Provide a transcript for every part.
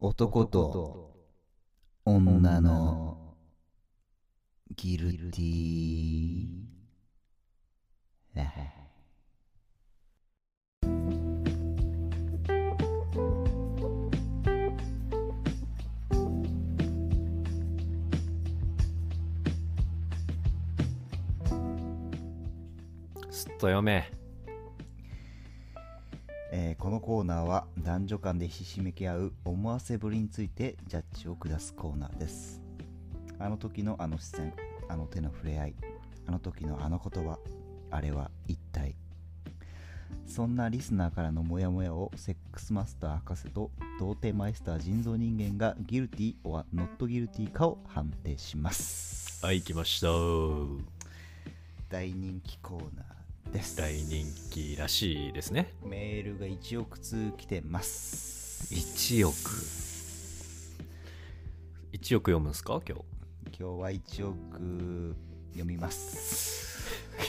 男と女のギルティーラすっと読め。 このコーナーは男女間でひしめき合う思わせぶりについてジャッジを下すコーナーです。あの時のあの視線、あの手の触れ合い、あの時のあの言葉、あれは一体。そんなリスナーからのモヤモヤをセックスマスター博士と童貞マイスター人造人間がギルティー or not ギルティーかを判定します。 はい、来ました。 大人気コーナーです。 大人気らしいですね。 メールが1億通来てます。 1億1億読むんすか今日。 今日は1億読みます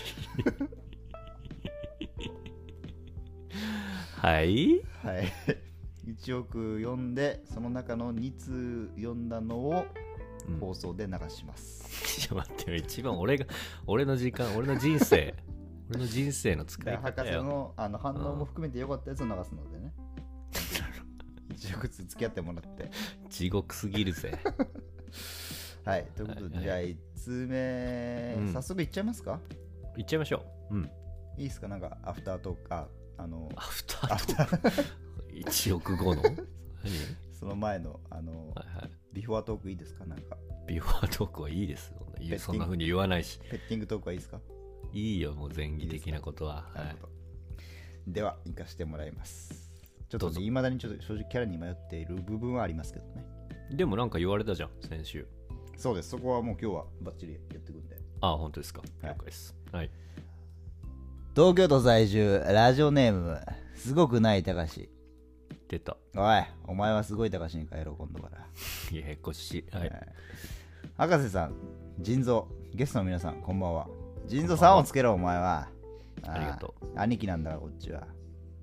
はいはい。1億読んでその中の2通読んだのを放送で流します、 ちょっと待ってよ、一番俺の時間、俺の人生の使い博士方よ。 の反応も含めて良かったやつを流すのでね1億通付き合ってもらって地獄すぎるぜ。 はい、ということで、じゃあ1通目、早速いっちゃいますか。 いっちゃいましょう。 いいですか。なんかアフタートーク、 アフタートーク1億後の何その前のビフォートークいいですか。なんかビフォートークはいいです。そんな風に言わないし。 ペッティングトークはいいですか。 いいよ、もう前儀的なことは。 なるほど。では行かしてもらいます。ちょっといまだにちょっと正直キャラに迷っている部分はありますけどね。 でもなんか言われたじゃん、先週。 そうです。そこはもう今日はバッチリやっていくんで。 あ、本当ですか。了解です。はい。 東京都在住ラジオネームすごくないたかし。 出た。 おい、お前はすごいたかしに帰ろう今度から。 いや、こし。はい。 博士さん、腎臓、ゲストの皆さん、こんばんは。腎臓さんをつけろ、お前は。 ありがとう。兄貴なんだから、こっちは。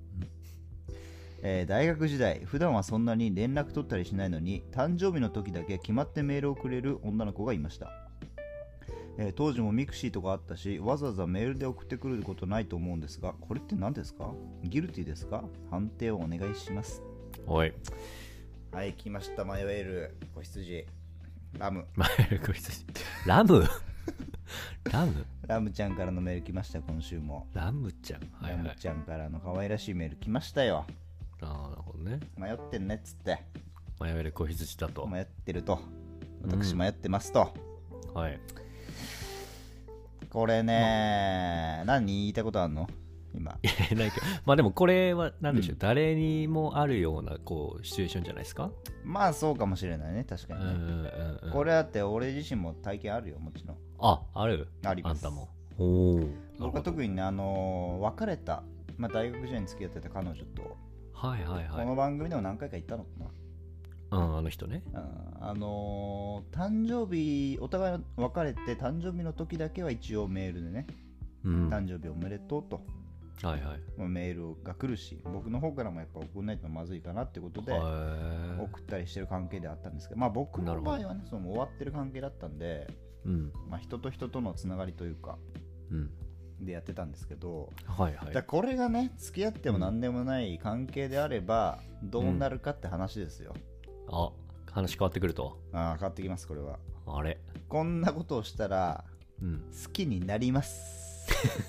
大学時代、普段はそんなに連絡取ったりしないのに、誕生日の時だけ決まってメールをくれる女の子がいました。当時もミクシーとかあったし、わざわざメールで送ってくることないと思うんですが、これって何ですか？ギルティですか？判定をお願いします。 おい。 はい、来ました。迷える子羊。ラム。 ラムラムちゃんからのメール来ました。今週もラムちゃん、 ラムちゃんからの可愛らしいメール来ましたよ。 ああ、なるほどね。 迷ってんねっつって。 迷える子羊だと。 迷ってると。私迷ってますと。 はい。 これね、何言いたいことあんの今。 ないけど、まあでもこれは何でしょう、誰にもあるようなこうシチュエーションじゃないですか。 まあそうかもしれないね、確かにね。これだって俺自身も体験あるよ、もちろん。 ある？ あります。 あんたも。おお。 僕は特にね、別れた、大学時代に付き合ってた彼女と、 はいはいはい。 この番組でも何回か行ったのかな。 あの人ね。 誕生日、お互い別れて誕生日の時だけは一応メールでね、誕生日おめでとうと。 はいはい、 メールが来るし、僕の方からもやっぱ送んないとまずいかなってことで送ったりしてる関係であったんですけど、僕の場合はね、その終わってる関係だったんで、人と人とのつながりというか、でやってたんですけど、だこれがね、付き合っても何でもない関係であればどうなるかって話ですよ。 話変わってくると。 変わってきます。これはあれ、 こんなことをしたら、好きになります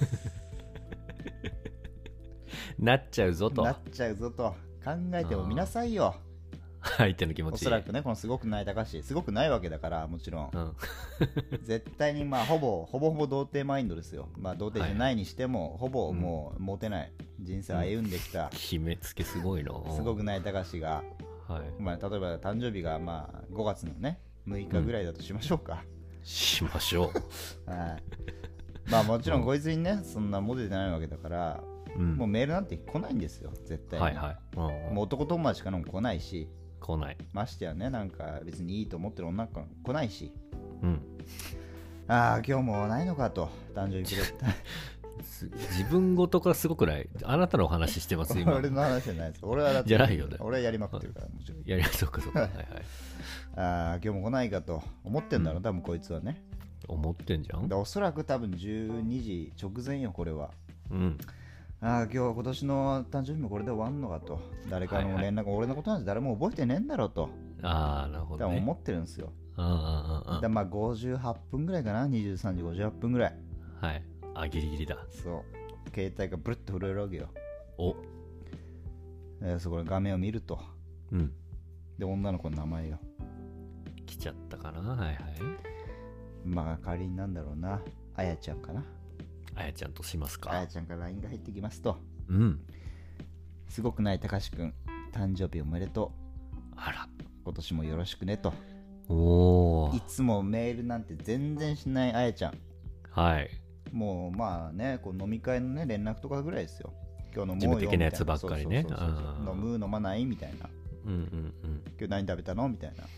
なっちゃうぞと考えてもみなさいよ、 相手の気持ち。 おそらくね、このすごくない高し、すごくないわけだから、もちろん、絶対にほぼ童貞マインドですよ。童貞じゃないにしても、ほぼもうモテない人生を歩んできた、 決めつけすごいの。 すごくない高しが、例えば誕生日が5月のね6日ぐらいだとしましょうか。 しましょう。もちろんこいつにね、そんなモテてないわけだから、もうメールなんて来ないんですよ、絶対に。もう男友達からも来ないし、ましてやね、なんか別にいいと思ってる女の子も来ないし、今日もないのかと、誕生日プレゼント自分ごとがすごくない？あなたのお話してます今。 俺の話じゃないです。俺はだってじゃないよね。 俺はやりまくってるから、もちろん。 やりましょうか、そうか。はいはい。 今日も来ないかと思ってんだろ、多分こいつはね。 思ってんじゃん。 でおそらく多分12時直前よ、これは。 うん。 今年の誕生日もこれで終わんのかと。誰からも連絡、俺のことなんて誰も覚えてねえんだろうと。 ああ、なるほど、ね。 多分思ってるんですよ。 でまあ58分ぐらいかな、23時58分ぐらい。 はい。あ、ギリギリだ。 そう。携帯がブルッと震えるわけよ。 お。 そこで画面を見ると。 うん。 で、女の子の名前よ。 来ちゃったかな。はいはい。 まあ仮になんだろうな。あやちゃんかな。 あやちゃんとしますか。 あやちゃんから LINE が入ってきますと。 うん。 すごくないたかしくん、誕生日おめでとう。あら。 今年もよろしくねと。 おー。 いつもメールなんて全然しないあやちゃん。 はい。 もうまあね、こう飲み会のね連絡とかぐらいですよ。今日飲もうよ事務的なやつばっかりね。 飲む飲まないみたいな。 うんうんうん。 今日何食べたのみたいな。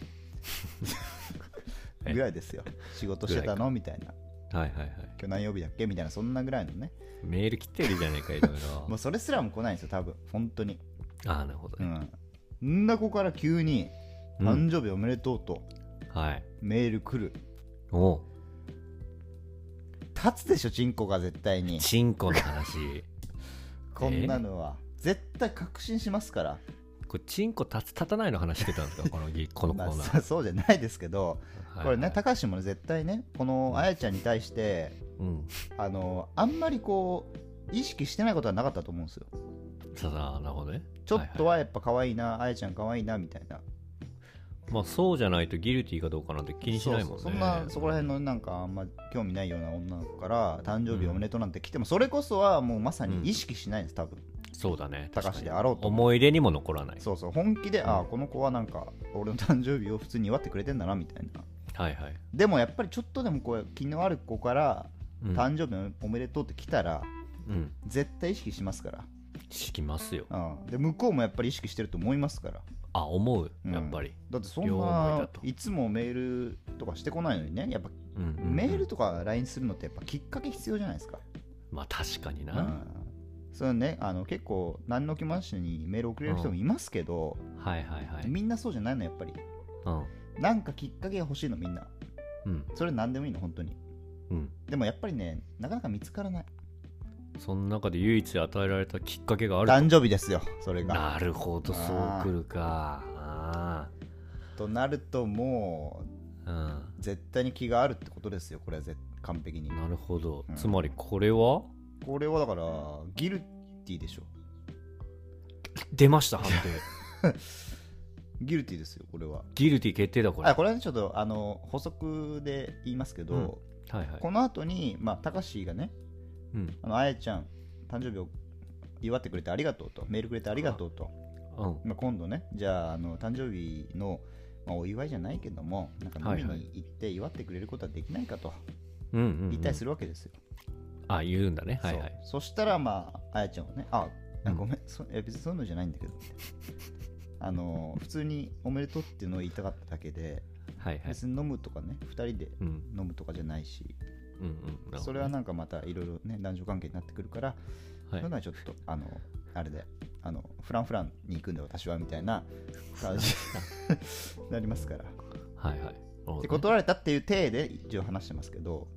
ぐらいですよ。仕事してたのみたいな。 はいはいはい。 今日何曜日だっけみたいな、そんなぐらいのね。 メール来てるじゃねえか、いろいろ。 もうそれすらも来ないんですよ、多分本当に。 ああ、なるほどね。 んな子から急に誕生日おめでとうと、 はい。 メール来る。 おう。 立つでしょ、チンコが絶対に。 チンコの話。 こんなのは絶対確信しますから。 これチンコ立たないの話してたんですか、このコーナー。 そうじゃないですけど、これね、高橋も絶対ね、このあやちゃんに対して、あんまりこう意識してないことはなかったと思うんですよ。 さあ、なるほどね。 ちょっとはやっぱ可愛いな、あやちゃん可愛いなみたいな。 まあそうじゃないとギルティかどうかなんて気にしないもんね。 そんなそこら辺のなんかあんま興味ないような女の子から誕生日おめでとうなんて来ても、それこそはもうまさに意識しないんです、多分。 そうだね。 高橋であろうと思い出にも残らない。 そうそう、本気で、この子はなんか俺の誕生日を普通に祝ってくれてんだなみたいな。 はいはい。 でもやっぱりちょっとでもこう気のある子から誕生日おめでとうって来たら、絶対意識しますから。 しますよ。 で向こうもやっぱり意識してると思いますから。 あ、思う、やっぱり。 だってそんないつもメールとかしてこないのにね、やっぱ、メールとか LINE するのってやっぱきっかけ必要じゃないですか。 まあ確かにな。 それね、結構何の気もなしにメール送れる人もいますけど、みんなそうじゃないのやっぱり。なんかきっかけが欲しいのみんな。それ何でもいいの本当に。でもやっぱりね、なかなか見つからない。 その中で唯一与えられたきっかけがある。 誕生日ですよ、それが。 なるほど、そうくるか。 となるともう、絶対に気があるってことですよ、これは完璧に。 なるほど。つまりこれはだからギルティでしょ。 出ました、判定。 ギルティですよ、これは。 ギルティ決定だ、これ。 これはね、ちょっと補足で言いますけど、この後にたかしがね、あやちゃん誕生日を祝ってくれてありがとうと、メールくれてありがとうと、今度ね、じゃあ誕生日の、お祝いじゃないけども、なんか飲みに行って祝ってくれることはできないかと言ったりするわけですよ。 言うんだね。はいはい。 そしたらあやちゃんはね、ごめん、別にそういうのじゃないんだけど普通におめでとうっていうのを言いたかっただけで、別に飲むとかね、2人で飲むとかじゃないし、それはなんかまたいろいろね、男女関係になってくるから、そういうのはちょっとあれでフランに行くんで私はみたいな感じになりますから。で断られたっていう体で一応話してますけど、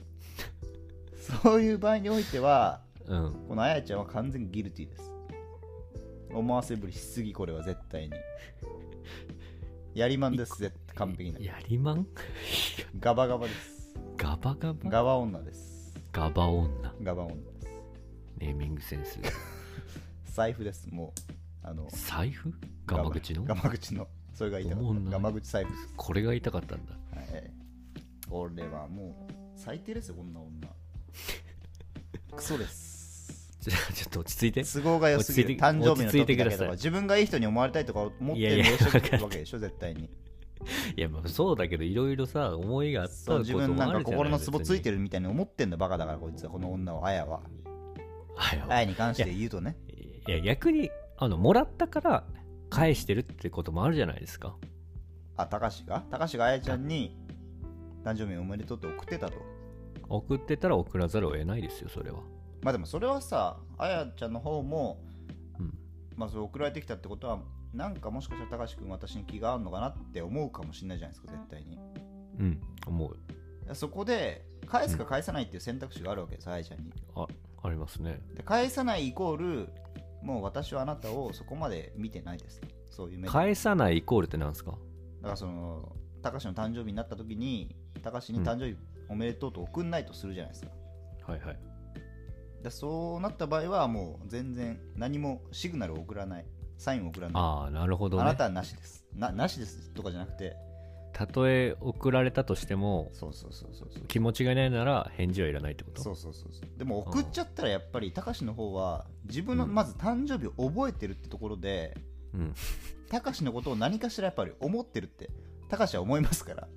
そういう場合においては、このあやちゃんは完全にギルティです。思わせぶりしすぎ、これは絶対に。やりまんです、完璧に。 やりまんガバガバです。 ガバガバガバ女です。 ガバ女。 ガバ女です。 ネーミングセンス。 財布です、もう。 財布？ガマ口の？ ガマ口の。それが言いたかった。ガマ口財布です。 これが言いたかったんだ。 これはもう最低ですよ、こんな女。クソです。 ちょっと落ち着いて。 都合が良すぎる。誕生日の時だけとか、自分がいい人に思われたいとか思ってるわけでしょ、絶対に。 いや、そうだけど、いろいろさ、思いがあったこともあるじゃない。 自分なんか心のツボついてるみたいに思ってんだ、バカだから、こいつは、この女を、あやは。あやに関して言うとね。 いや、逆に、もらったから返してるってこともあるじゃないですか。 たかしがあやちゃんに誕生日おめでとうって送ってたと。 送ってたら送らざるを得ないですよ、それは。 まあでもそれはさ、あやちゃんの方も、 うんまあそれ送られてきたってことは、なんかもしかしたら高橋君私に気が合うのかなって思うかもしれないじゃないですか、絶対に。 うん思う。 そこで返すか返さないっていう選択肢があるわけです、あやちゃんに。 ありますね。 で返さないイコール、もう私はあなたをそこまで見てないです。そういう目で。 返さないイコールってなんですか？ だからその高橋の誕生日になった時に高橋に誕生日おめでとうと送んないとするじゃないですか。 はいはい。 でそうなった場合はもう全然何もシグナルを送らない、サインを送らない。 ああなるほどね。 あなたはなしです。なしですとかじゃなくて、 たとえ送られたとしてもそう気持ちがないなら返事はいらないってこと？ そうでも送っちゃったらやっぱり高橋の方は自分のまず誕生日を覚えてるってところで、 うん、 高橋のことを何かしらやっぱり思ってるって高橋は思いますから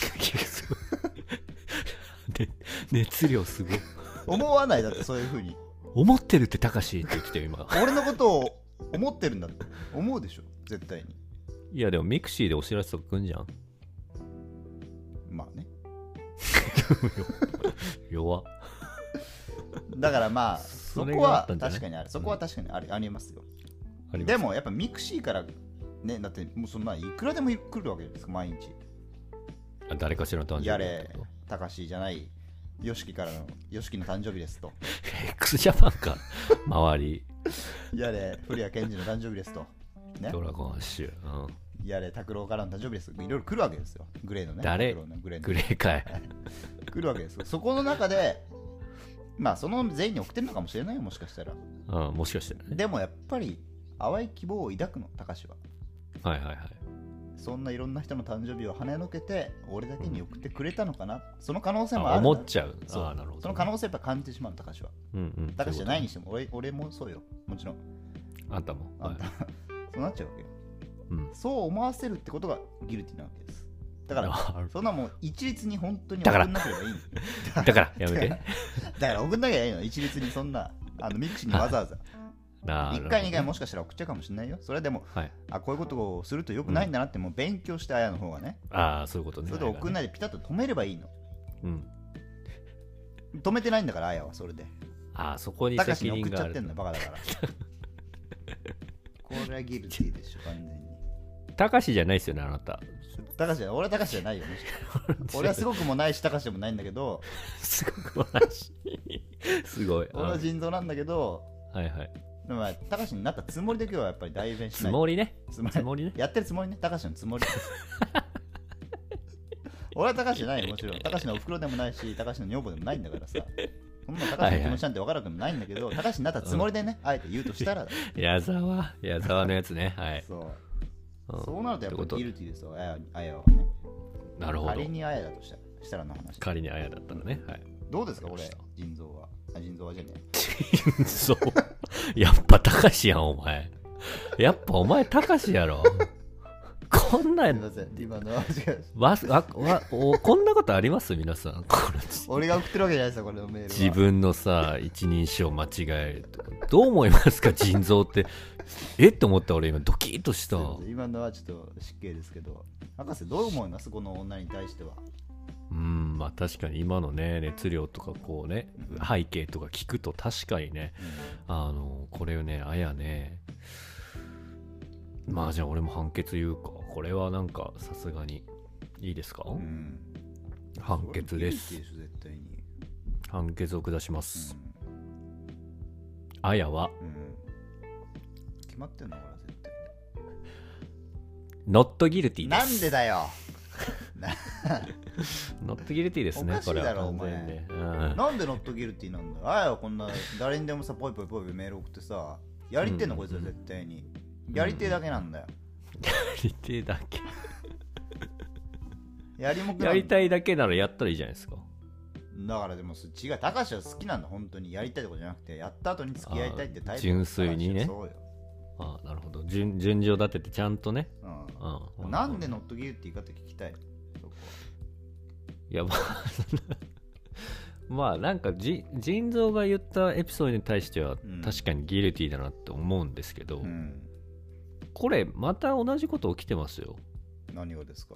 熱量すごい思わないだってそういう風に思ってるって高しって言ってたよ今俺のことを思ってるんだって思うでしょ絶対に。 いやでもミクシーでお知らせとか来んじゃん。 まあね弱っだからまあそこは確かにある、そこは確かにありますよ。でもやっぱミクシーからね、だってもうそんないくらでも来るわけですか毎日。 誰かしらの誕生日やれ高橋じゃないヨシキからのヨシキの誕生日ですと X ジャパンか周りやれ古谷健二の誕生日ですとね、 ドラゴンアッシュ、 やれ拓郎からの誕生日です。いろいろ来るわけですよ。グレーのね。 誰グレーかい来るわけですよ。そこの中でまあその全員に送ってるのかもしれないよ、もしかしたら。 もしかしたらね。 でもやっぱり淡い希望を抱くの、高橋は。 はいはいはい。 そんないろんな人の誕生日を跳ねのけて俺だけに送ってくれたのかな、その可能性もあるな。 思っちゃう。 そう、 なるほどね、 その可能性やっぱ感じてしまう、高橋は。高橋じゃないにしても俺もそうよ、もちろん。 あんたも。 あんた、そうなっちゃうわけよ。 うん、 そう思わせるってことがギルティなわけです。だからそんなもう一律に本当に送んなければいいの。 だからやめて。 だから送んなきゃいいの、一律にそんなミクシーにわざわざ。1回2回もしかしたら送っちゃうかもしれないよ。それでも、 はい、 こういうことをするとよくないんだなってもう勉強してあやの方がね。 そういうことね。 それで送んないでピタッと止めればいいの。 うん。 止めてないんだからあやはそれで。 そこに責任がある。高橋に送っちゃってんだバカだから。これはギルティでしょ完全に。 高橋じゃないですよねあなた。 高橋じゃない、俺は高橋じゃないよ。俺はすごくもないし高橋でもないんだけど。 すごくもないし。すごい。 俺は腎臓なんだけど。 はいはい。 でも高橋になったつもりで今日はやっぱり代弁しない。 つもりね。 やってるつもりね。高橋のつもり。俺は高橋じゃないよ、もちろん。高橋のお袋でもないし、高橋の女房でもないんだからさ。そんな高橋の気持ちなんて分からなくもないんだけど、高橋になったつもりでね、あえて言うとしたら。 矢沢のやつね。はい。 そうなるとやっぱりギルティですよ、あやはね。 なるほど。 仮にあやだとしたらの話。 仮にあやだったらね。はい。 どうですか、これ、腎臓は。腎臓はじゃねえ。 腎臓やっぱ高橋やん、お前。やっぱお前高橋やろ。こんなすみません、今のは違う。 こんなことあります皆さん。 俺が送ってるわけじゃないですよ、これのメールは。 自分のさ、一人称間違えるとか。どう思いますか、腎臓って。って思った俺今ドキッとした。 今のはちょっと失敬ですけど、博士どう思いますこの女に対しては。 まあ確かに今のね熱量とかこうね、背景とか聞くと確かにね、これをねあやね、まあじゃあ俺も判決言うか。これはなんかさすがにいいですか、判決です。 絶対に判決を下します。あやは、 決まってんのこれ絶対 not guilty です。 なんでだよ not guilty ですね。 おかしいだろお前、なんで not guilty なんだよ。あやはこんな誰にでもさポイポイメール送ってさやりてんのこいつは絶対に、やりてえだけなんだよ。 やりてえだけやりたいだけならやったらいいじゃないですか。 だからでも違う、高橋は好きなんだ本当に。やりたいってことじゃなくて、やった後に付き合いたいってタイプ。 純粋にね。 そうよ。 なるほど。順序立ててちゃんとね。 なんでノットギルって言い方聞きたい。そこいやまあなんか腎臓が言ったエピソードに対しては確かにギルティだなって思うんですけど、これまた同じこと起きてますよ。 何がですか。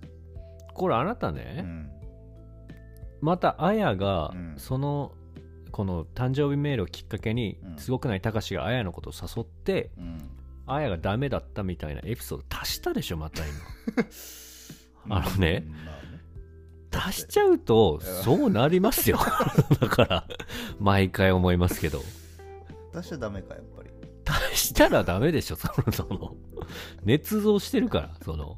これあなたね、またあやがそのこの誕生日メールをきっかけに、すごくないたかしがあやのことを誘って、あやがダメだったみたいなエピソード足したでしょまた今あのね、足しちゃうとそうなりますよだから毎回思いますけど、 足しちゃダメかやっぱり。 足したらダメでしょその捏造してるから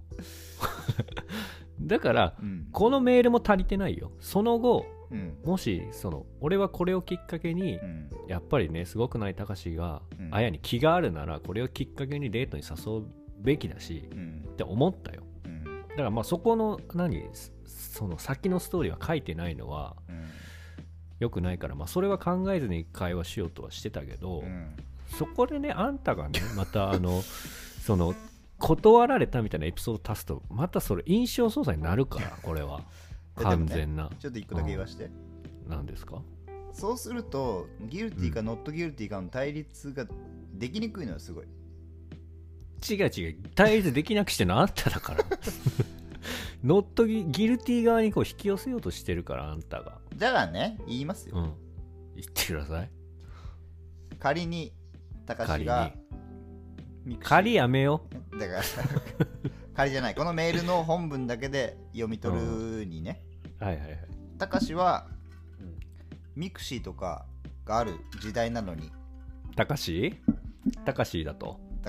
だから、このメールも足りてないよ。その後、もし俺はこれをきっかけに、やっぱりねすごくないたかしが、あやに気があるならこれをきっかけにデートに誘うべきだし、って思ったよ。だからまあそこのその先のストーリーは書いてないのは、良くないから、まあそれは考えずに会話しようとはしてたけど、そこでねあんたがねまたその断られたみたいなエピソード足すとまたそれ印象操作になるからこれは完全な、 ちょっと一個だけ言わして。 何ですか？ そうするとギルティかノットギルティかの対立ができにくいのよすごい。 違う対立できなくしてるのあんただからノットギルティ側にこう引き寄せようとしてるからあんたが。 だからね言いますよ、 言ってください。 仮に高橋が仮やめようだから仮じゃない、このメールの本文だけで読み取るにね、高橋は、ミクシーとかがある時代なのに、 高橋だと高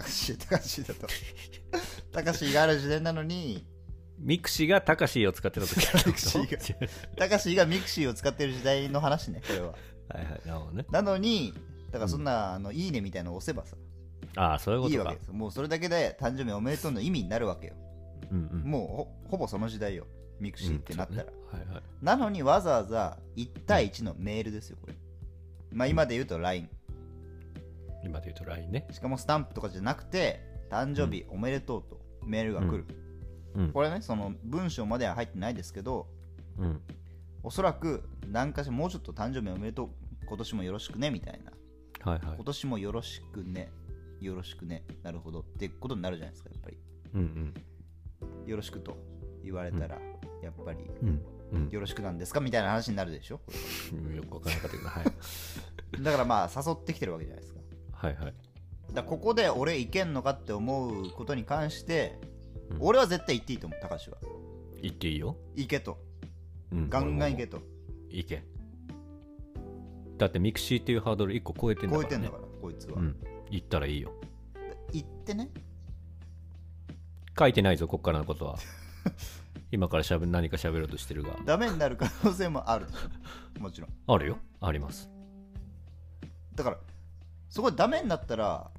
橋がある時代なのに、 ミクシーがタカシーを使ってた時タカシーがミクシーを使ってる時代の話ねこれは。 なるほどね。 なのにだからそんな、いいねみたいなのを押せばさ、 そういうことか。 いいわけです。もうそれだけで誕生日おめでとうの意味になるわけよ。もう ほぼその時代よミクシーってなったら、なのにわざわざ1対1のメールですよこれ。まあ今で言うと LINE、 今で言うと LINE ね。 しかもスタンプとかじゃなくて誕生日おめでとうとメールが来る、これねその文章までは入ってないですけど、おそらく何かしらもうちょっと誕生日おめでとう今年もよろしくねみたいな、今年もよろしくねなるほどってことになるじゃないですかやっぱり、よろしくと言われたら、やっぱり、よろしくなんですかみたいな話になるでしょよくわからなかったけど、 だからまあ誘ってきてるわけじゃないですか。だここで俺いけんのかって思うことに関して、俺は絶対言っていいと思う。高橋は言っていいよ、 いけと、ガンガンいけと、 いけ。だってミクシーっていうハードル1個超えてんだからね。超えてんだからこいつは、 言ったらいいよ。 言ってね。 書いてないぞこっからのことは今から何か喋ろうとしてるがダメになる可能性もあるもちろんあるよ、あります。 だからそこでダメになったら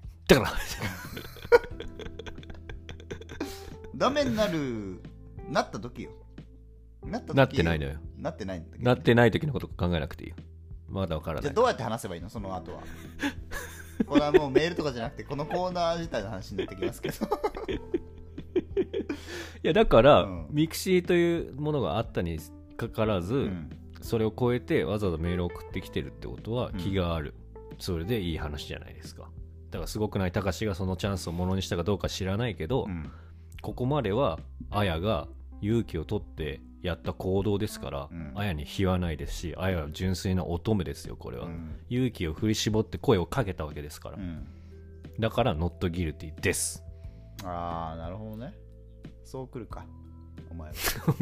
ダメになった時よ。なってないのよ。なってないんだけど、 なってない時のこと考えなくていいよ。まだわからない。 じゃあどうやって話せばいいのその後はこれはもうメールとかじゃなくてこのコーナー自体の話になってきますけどいやだから、ミクシーというものがあったにかかわらず、それを超えてわざわざメールを送ってきてるってことは気がある、それでいい話じゃないですか。だからすごくないたかしがそのチャンスをものにしたかどうか知らないけど、ここまではあやが勇気を取ってやった行動ですから、あやに非はないですし、あやは純粋な乙女ですよこれは、勇気を振り絞って声をかけたわけですから、だからノットギルティです。 ああなるほどね、そうくるかお前は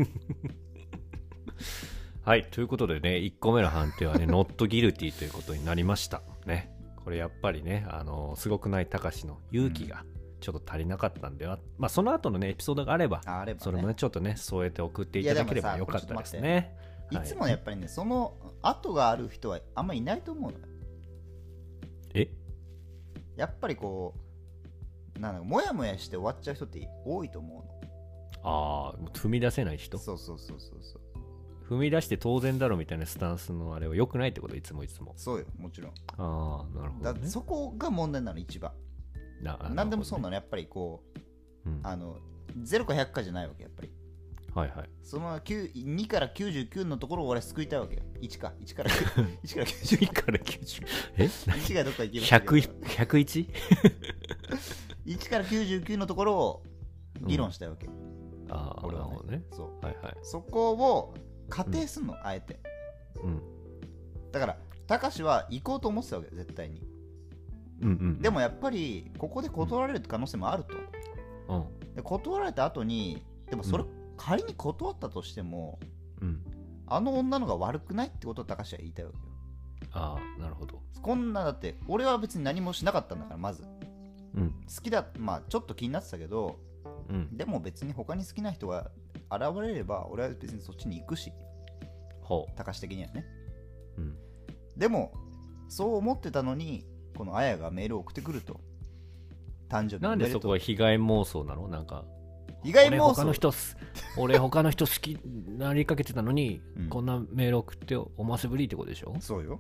はい、ということでね1個目の判定はねノットギルティということになりましたね。これやっぱりねすごくないたかしの勇気がちょっと足りなかったんでは、まあその後のねエピソードがあれば、ね、それもねちょっとね添えて送っていただければよかったですね。 いつもやっぱりね、その後がある人はあんまりいないと思うのよ。やっぱりこうなんかモヤモヤして終わっちゃう人って多いと思うの。 踏み出せない人。 そう踏み出して当然だろみたいなスタンスのあれは良くないってこと。いつもそうよ、もちろん。 なるほど、ね、 だそこが問題なの一番。何でもそうなの、やっぱりこう、0か100かじゃないわけやっぱり。その2から99のところを俺救いたいわけよ。1から90 1から90 1がどっか行きましたけど 101? 1から99のところを議論したいわけ、 俺はね。 そこを仮定すんの、あえて。だからたかしは行こうと思ってたわけよ絶対に、 うんうん、 でもやっぱりここで断られる可能性もあると、 うん、 で断られた後にでもそれ、仮に断ったとしても、 うん、 あの女のが悪くないってことをたかしは言いたいわけよ。 ああなるほど。 こんなだって俺は別に何もしなかったんだからまず、 うん、 好きだまあちょっと気になってたけど、 うん、 でも別に他に好きな人が現れれば俺は別にそっちに行くし、たかし的にはね、 うん、 でもそう思ってたのにこのあやがメールを送ってくると、誕生日なんでそこは被害妄想なの？なんか被害妄想俺他の人好きなりかけてたのに、 うん、 こんなメール送って思わせぶりってことでしょ？ そうよ。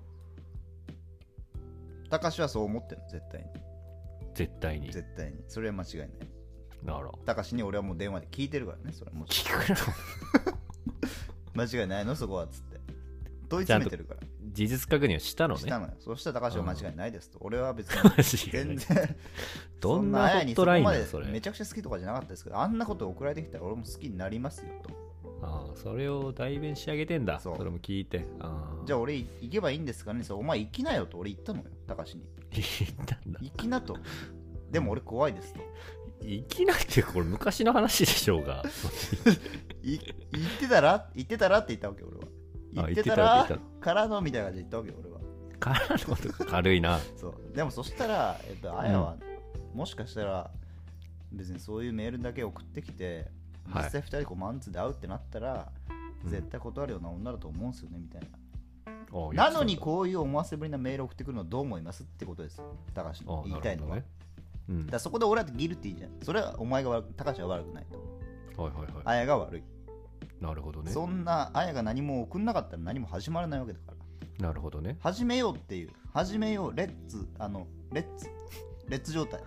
たかしはそう思ってるの絶対にそれは間違いない。 なるほど。 たかしに俺はもう電話で聞いてるからね、それも聞くの間違いないのそこはっつって問い詰めてるから。 事実確認をしたのね。 したのよ。そしたら高橋は間違いないですと。俺は別に全然どんなホットラインだよそれ。 めちゃくちゃ好きとかじゃなかったですけど、あんなこと送られてきたら俺も好きになりますよと。 ああ、それを代弁仕上げてんだ。それも聞いて。 じゃあ俺行けばいいんですかね。お前行きなよと俺言ったのよ、高橋に。 言ったんだ。 行きなと。でも俺怖いですと。 行きなってこれ昔の話でしょうが。 言ってたらって言ったわけ俺は。言ってたらからのみたいな感じで言ったわけよ俺は。 からのとか軽いな。 そうでもそしたらあやは、もしかしたら別にそういうメールだけ送ってきて、実際2人こうマンツーで会うってなったら、絶対断るような女だと思うんですよねみたいな。なのにこういう思わせぶりなメール送ってくるのどう思いますってことですよ、高橋の言いたいのは。だそこで俺はギルティーじゃん。それはお前が高橋は悪くないと。 はいはいはい。 あやが悪い。 なるほどね。 そんなあやが何も送んなかったら何も始まらないわけだから。 なるほどね。 始めようっていう、始めようレッツ状態。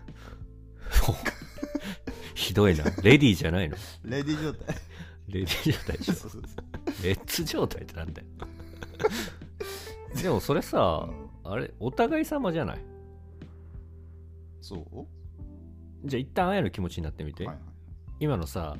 ひどいな。レディーじゃないの？ レディー状態。 レディー状態でしょ。レッツ状態ってなんだよ。でもそれさ、あれお互い様じゃない？ そう？ じゃあ一旦あやの気持ちになってみて。 はいはい、 今のさ、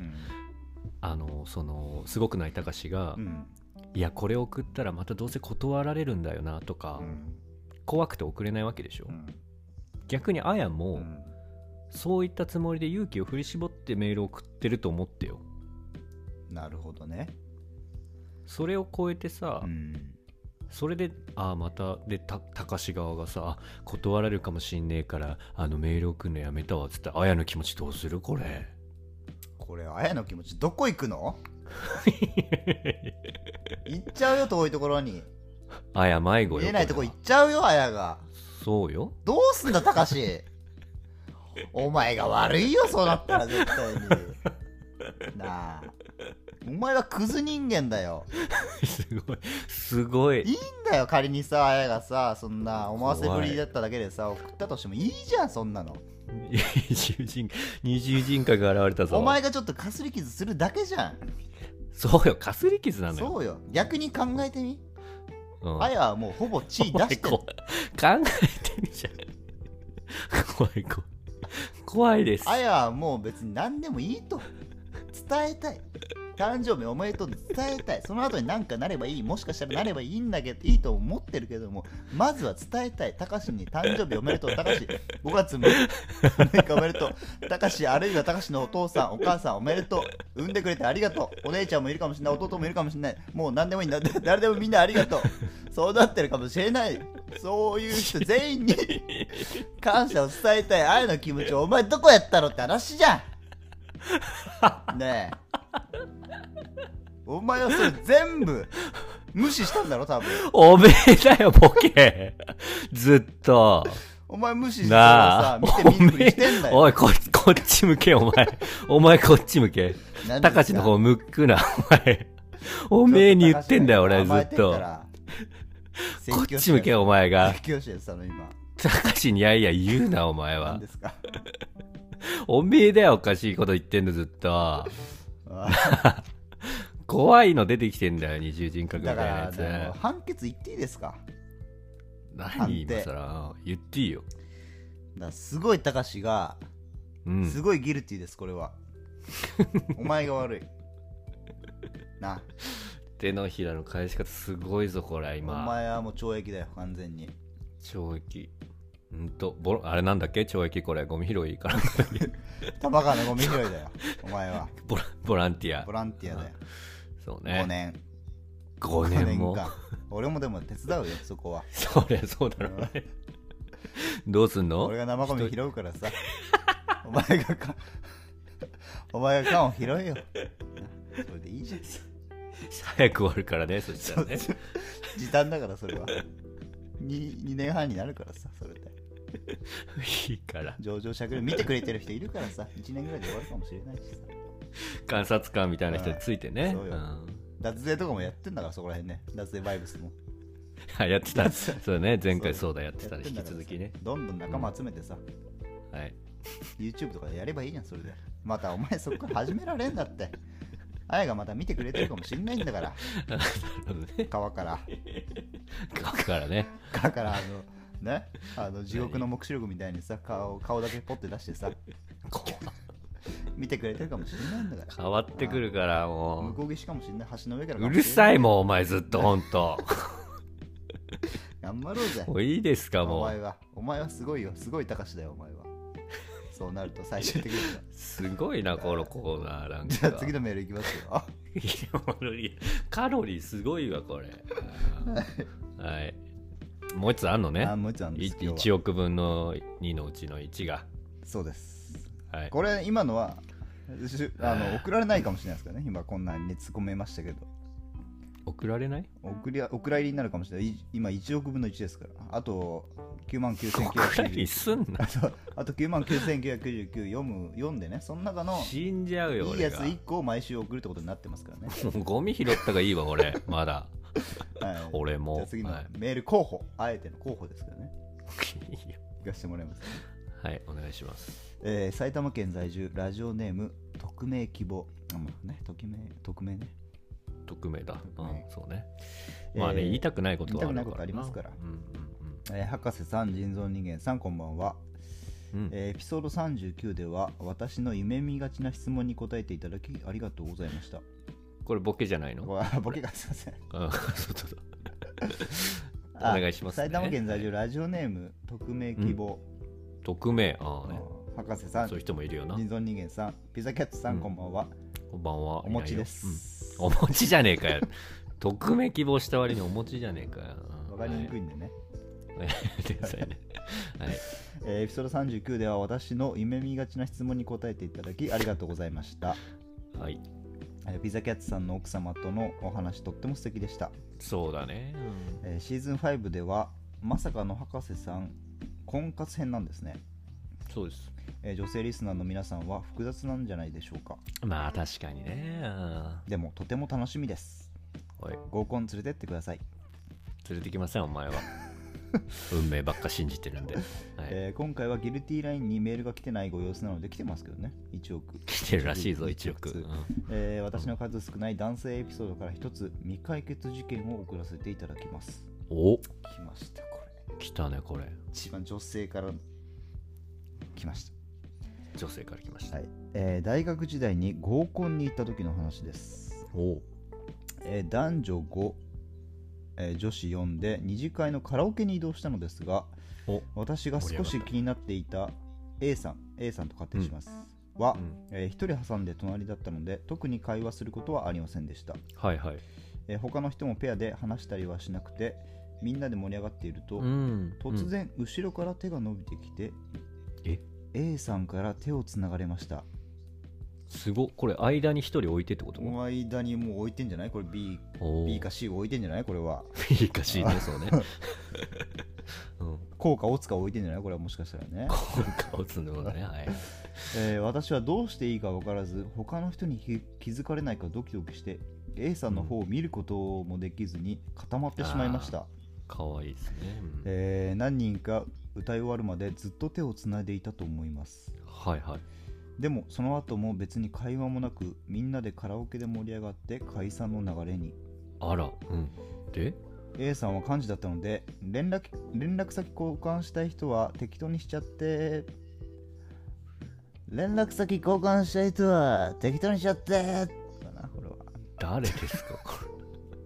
すごくないたかしが、いやこれ送ったらまたどうせ断られるんだよなとか、怖くて送れないわけでしょ。逆にあやも、そういったつもりで勇気を振り絞ってメールを送ってると思ってよ。 なるほどね。 それを超えてさ、それでまたでたかし側がさ断られるかもしんねえからメール送るのやめたわっつって、あやの気持ちどうする？これあやの気持ちどこ行くの？行っちゃうよ、遠いところに。 あや迷子よ。 見えないとこ行っちゃうよ、あやが。 そうよ。 どうすんだ、たかし。お前が悪いよ、そうなったら絶対に。なあ。お前はクズ人間だよ。 すごい。 いいんだよ、仮にさ、あやがさ、そんな思わせぶりだっただけでさ、送ったとしてもいいじゃん、そんなの。 二重人格が現れたぞ。 お前がちょっとかすり傷するだけじゃん。 そうよ、かすり傷なのよ。 そうよ、逆に考えてみ。あやはもうほぼ血出してる。 考えてみじゃん。怖いです。 あやはもう別に何でもいいと伝えたい。誕生日おめでとうって伝えたい。その後に何かなればいい、もしかしたらなればいいんだけど、いいと思ってるけども、まずは伝えたい。たかしに誕生日おめでとう。たかし5月6日おめでとう。たかし、あるいはたかしのお父さんお母さんおめでとう。産んでくれてありがとう。お姉ちゃんもいるかもしれない、弟もいるかもしれない。もう何でもいいんだ。誰でもみんなありがとう。そうなってるかもしれない。そういう人全員に感謝を伝えたい。あやの気持ちをお前どこやったのって話じゃん。ねえ、お前はそれ全部無視したんだろ、多分。 おめえだよ、ボケ。ずっと。 お前無視してさ、見て見ぬふりしてんだよ。 おい、こっち向け、お前こっち向け。たかしの方向くな、お前。おめえに言ってんだよ、俺ずっと。こっち向け、お前が。たかしにいやいや言うな、お前は。 何ですか？ おめえだよ、おかしいこと言ってんの、ずっと。怖いの出てきてんだよ、二重人格みたいなやつ。 だから判決言っていいですか？ 何今更言っていいよ。 だすごいたかしが、すごいギルティです、これは。お前が悪いな。 手のひらの返し方すごいぞこれ今。 お前はもう懲役だよ完全に。 懲役。あれなんだっけ懲役、これゴミ拾いから玉川のゴミ拾いだよお前は。 ボランティア。 ボランティアだよ。 そうね。 5年もか。俺もでも手伝うよそこは。 そりゃそうだろうね。どうすんの？ 俺が生ゴミ拾うからさお前が缶を拾えよ。それでいいじゃん。 早く終わるからね。そしたらね時短だからそれは 2年半になるからさ。それでいいから上場しゃくる見てくれてる人いるからさ1年ぐらいで終わるかもしれないしさ。 観察官みたいな人についてね。 そうよ、脱税とかもやってんだからそこら辺ね。脱税バイブスもやってた。そうね、前回そうだやってたね。引き続きね。 どんどん仲間集めてさ、 はい。 YouTube とかでやればいいじゃん。それでまたお前そこから始められんだって。あやがまた見てくれてるかもしんないんだからなるほどね。 川からね。 川から地獄の目視録みたいにさ顔だけポッて出してさ見てくれてるかもしれないんだから。 変わってくるからもう向こう岸かもしれない。橋の上からうるさいもんお前ずっとほんと頑張ろうぜ。 もういいですか。もうお前はすごいよ。すごい高しだよお前は。そうなると最終的にはすごいなこのコーナーなんか。 じゃあ次のメールいきますよカロリーすごいわこれはい。もう一つあんのね。 もう一つあんです。 1億分の2のうちの1が。 そうです、 はい、 これ今のは送られないかもしれないですからね。今こんなに熱込めましたけど送られない？ 送ら入りになるかもしれない。今1億分の1ですから。あと 99,999 すんなあと99,999読んでね。その中の死んじゃうよ。 いいやつ1個を毎週送るってことになってますからね。 もうゴミ拾ったがいいわ俺まだはい、 俺も。 じゃあ次のメール候補、あえての候補ですからね行かせてもらいます、ね、 はいお願いします。 埼玉県在住ラジオネーム匿名希望。匿名ね。 匿名だ。そうね。まあね、言いたくないことはあるから。 言いたくないことありますから。博士さん、人造人間さん、こんばんは。エピソード39では私の夢見がちな質問に答えていただきありがとうございました。 これボケじゃないの？ ボケがすいませんお願いしますね。 埼玉県在住ラジオネーム匿名希望。 匿名。 博士さん、 そういう人もいるよな。 人造人間さん、ピザキャッツさん、こんばんは。 こんばんは。 お餅です。 お餅じゃねえかよ。匿名希望した割にお餅じゃねえかよ。 わかりにくいんでね。 天才ね。はい。 エピソード39では私の夢見がちな質問に答えていただきありがとうございました。 はい。 ピザキャッツさんの奥様とのお話とっても素敵でした。 そうだね。 シーズン5ではまさかの博士さん婚活編なんですね。 そうです。 女性リスナーの皆さんは複雑なんじゃないでしょうか。 まあ確かにね。 でもとても楽しみです。合コン連れてってください。 連れてきませんお前は。運命ばっか信じてるんで、 今回はギルティーラインにメールが来てないご様子なので来てますけどね。1億来てるらしいぞ。1億、 私の数少ない男性エピソードから一つ未解決事件を送らせていただきます。 お、 来ましたこれ。 来たねこれ。 一番女性から来ました。 女性から来ました、 大学時代に合コンに行った時の話です。男女5、女子4で二次会のカラオケに移動したのですが、私が少し気になっていた A さんと仮定します、は、一人挟んで隣だったので特に会話することはありませんでした。 はいはい。 他の人もペアで話したりはしなくて、みんなで盛り上がっていると、突然後ろから手が伸びてきて、A さんから手をつながれました。 すごっ。これ間に一人置いてってこと？ 間にもう置いてんじゃない？これ B か C を置いてんじゃない？これは B か C ね。そうね。 効果をつか置いてんじゃない？これはもしかしたらね。 効果をつんでことね。はい。 私はどうしていいか分からず、他の人に気づかれないかドキドキして A さんの方を見ることもできずに固まってしまいました。 かわいいですね。 何人か歌い終わるまでずっと手をつないでいたと思います。 はいはい。 でもその後も別に会話もなく、みんなでカラオケで盛り上がって解散の流れに。 あら、で A さんは幹事だったので、連絡先交換したい人は適当にしちゃって、連絡先交換したい人は適当にしちゃってかな。これは誰ですかこれ。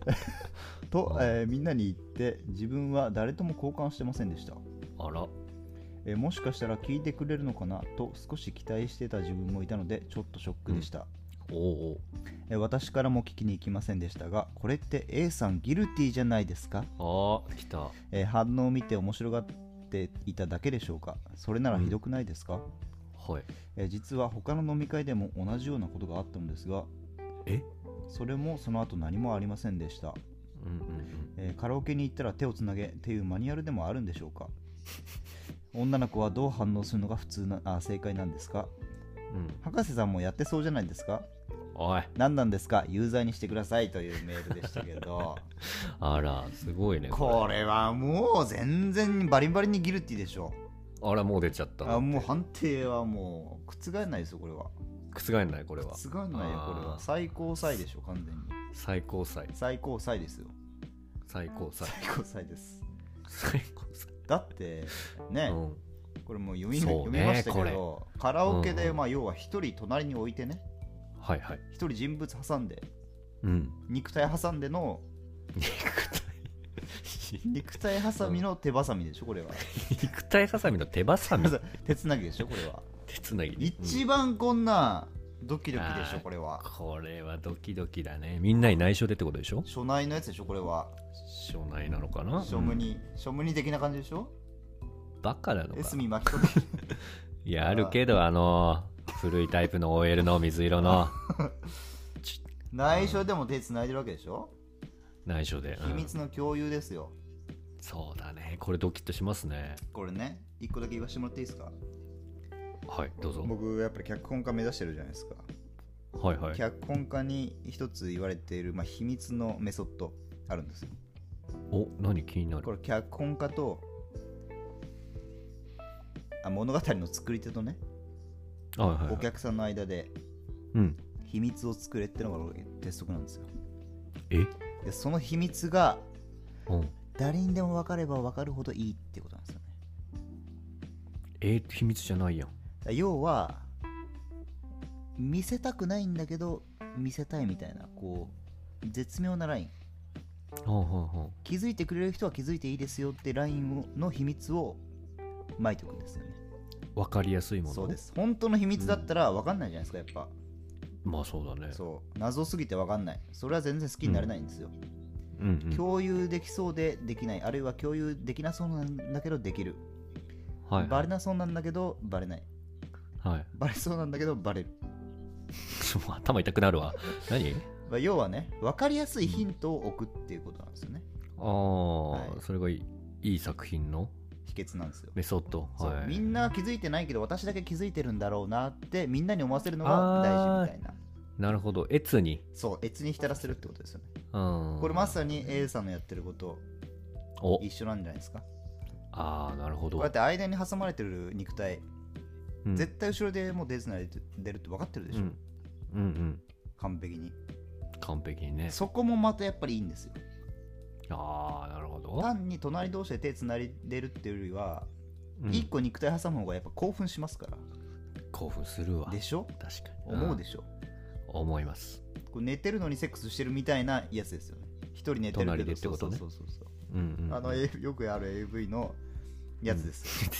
と、みんなに言って自分は誰とも交換してませんでした。 あら、 もしかしたら聞いてくれるのかなと少し期待してた自分もいたのでちょっとショックでした。 おう私からも聞きに行きませんでしたが、これって A さんギルティじゃないですか？ 来た。 反応を見て面白がっていただけでしょうか？それならひどくないですか？ はい。 実は他の飲み会でも同じようなことがあったのですが、それもその後何もありませんでした。カラオケに行ったら手をつなげっていうマニュアルでもあるんでしょうか？女の子はどう反応するのが正解なんですか？博士さんもやってそうじゃないですか？ おい、 何なんですか？有罪にしてくださいというメールでしたけどあら、すごいね。 これはもう全然バリバリにギルティでしょ。 あら、もう出ちゃった。 もう判定はもう覆らないですよ。これは覆らない。これは覆らないよ。これは最高裁でしょ。完全に最高裁。 最高裁ですよ。 最高裁。 最高裁です。 最高裁だってね、これもう読みましたけど、カラオケで要は一人隣に置いてね、一人人物挟んで、肉体挟んでの肉体挟みの手挟みでしょ。これは肉体挟みの手挟み手つなぎでしょ。これは手つなぎ、 一番こんなドキドキでしょ。これはドキドキだね。みんなに内緒でってことでしょ。 初内のやつでしょ。これは初内なのかな。 初無二的な感じでしょ。 バカなのか。 エスミ巻き込んでいや、あるけど古いタイプの OL の水色の内緒でも手つないでるわけでしょ。 内緒で、 秘密の共有ですよ。 そうだね。これドキッとしますね。 これね、一個だけ言わせてもらっていいですか？ はい、どうぞ。 僕やっぱり脚本家目指してるじゃないですか。脚本家に一つ言われている、秘密のメソッドあるんですよ。 何気になる。 これ脚本家と物語の作り手とね、お客さんの間で秘密を作れってのが鉄則なんですよ。でその秘密が誰にでも分かれば分かるほどいいってことなんですよね。 秘密じゃないやん。 要は見せたくないんだけど見せたいみたいな、絶妙なライン、気づいてくれる人は気づいていいですよってラインの秘密を巻いておくんですよね。 分かりやすいもの。 そうです。本当の秘密だったら分かんないじゃないですか。やっぱそうだね。 謎すぎて分かんない。それは全然好きになれないんですよ。共有できそうでできない、あるいは共有できなそうなんだけどできる、バレなそうなんだけどバレない、バレそうなんだけどバレる頭痛くなるわ。何？ 要はね、分かりやすいヒントを置くっていうことなんですよね。 それがいい作品の秘訣なんですよ。 メソッド。 みんな気づいてないけど私だけ気づいてるんだろうなってみんなに思わせるのが大事みたいな。 なるほど。越に浸らせるってことですよね。これまさに A さんのやってること一緒なんじゃないですか。 なるほど。 こうやって間に挟まれてる肉体、絶対後ろでもう出るって分かってるでしょ。完璧にね。そこもまたやっぱりいいんですよ。 なるほど。 単に隣同士で手つないでるっていうよりは、一個肉体挟む方がやっぱ興奮しますから。 興奮するわ。 でしょ。 確かに思うでしょ。 思います。 これ寝てるのにセックスしてるみたいなやつですよね。一人寝てるけど隣でってことね。 よくある AV のやつです。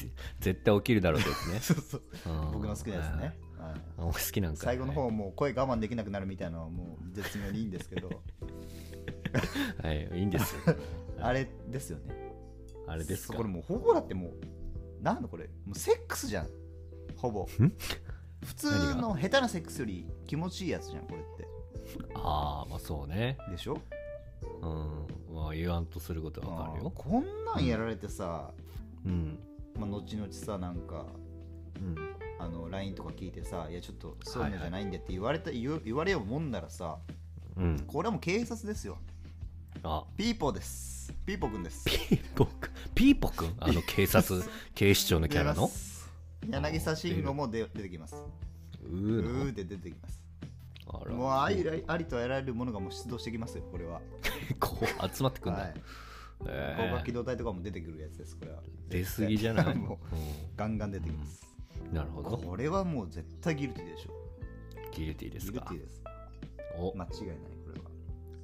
絶対起きるだろうですね。 僕の好きなやつね。 好きなんか。 最後の方もう声我慢できなくなるみたいなのはもう絶妙にいいんですけど。 いいんですよ。 あれですよね。 あれですか。 これもうほぼだってもうなんだこれ、もうセックスじゃん。ほぼ。普通の下手なセックスより気持ちいいやつじゃんこれって。 そうね。 でしょ。 言わんとすることはわかるよ。 こんなんやられてさ、後々さなんか、LINE とか聞いてさ、いやちょっとそういうのじゃないんでって言われようもんならさ、これはもう警察ですよ。ピーポーです。ピーポくんです。 ピーポくん？警視庁のキャラの柳沢慎吾も出てきます。で出てきます。もうありとあらゆるものがもう出動してきますよ。これは集まってくるんだ。 光学機動隊とかも出てくるやつです。これは出過ぎじゃない？ もうガンガン出てきます。 なるほど。 これはもう絶対ギルティでしょ。 ギルティですか。 ギルティです。間違いない。これは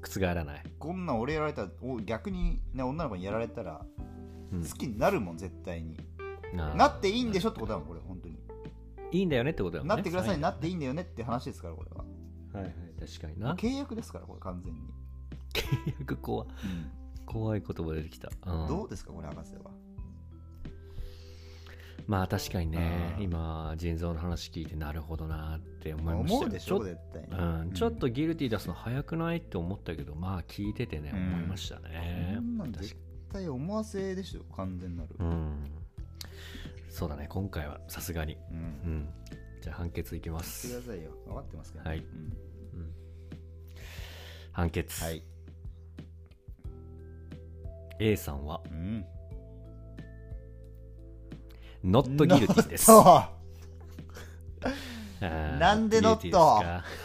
覆らない。 こんなん俺やられたら逆に、ね、女の子にやられたら好きになるもん絶対に、なっていいんでしょってことだもんこれ本当にいいんだよねってことだもんね。 なってください、なっていいんだよねって話ですからこれは。 はいはい、確かにな。 契約ですからこれ完全に。 契約怖い、怖い言葉出てきた。 どうですかこれ博士は。 まあ確かにね、今腎臓の話聞いてなるほどなって思いましたよ。 思うでしょ絶対に、 ちょっとギルティ出すの早くないって思ったけど、まあ聞いててね、思いましたね。 そんなん絶対思わせでしょ完全なる。 そうだね、今回はさすがに。じゃあ判決いきます。 言ってくださいよ、分かってますけど、ね。 はい。判決。 はい。 A さんは、ノットギルティです。 なんでノット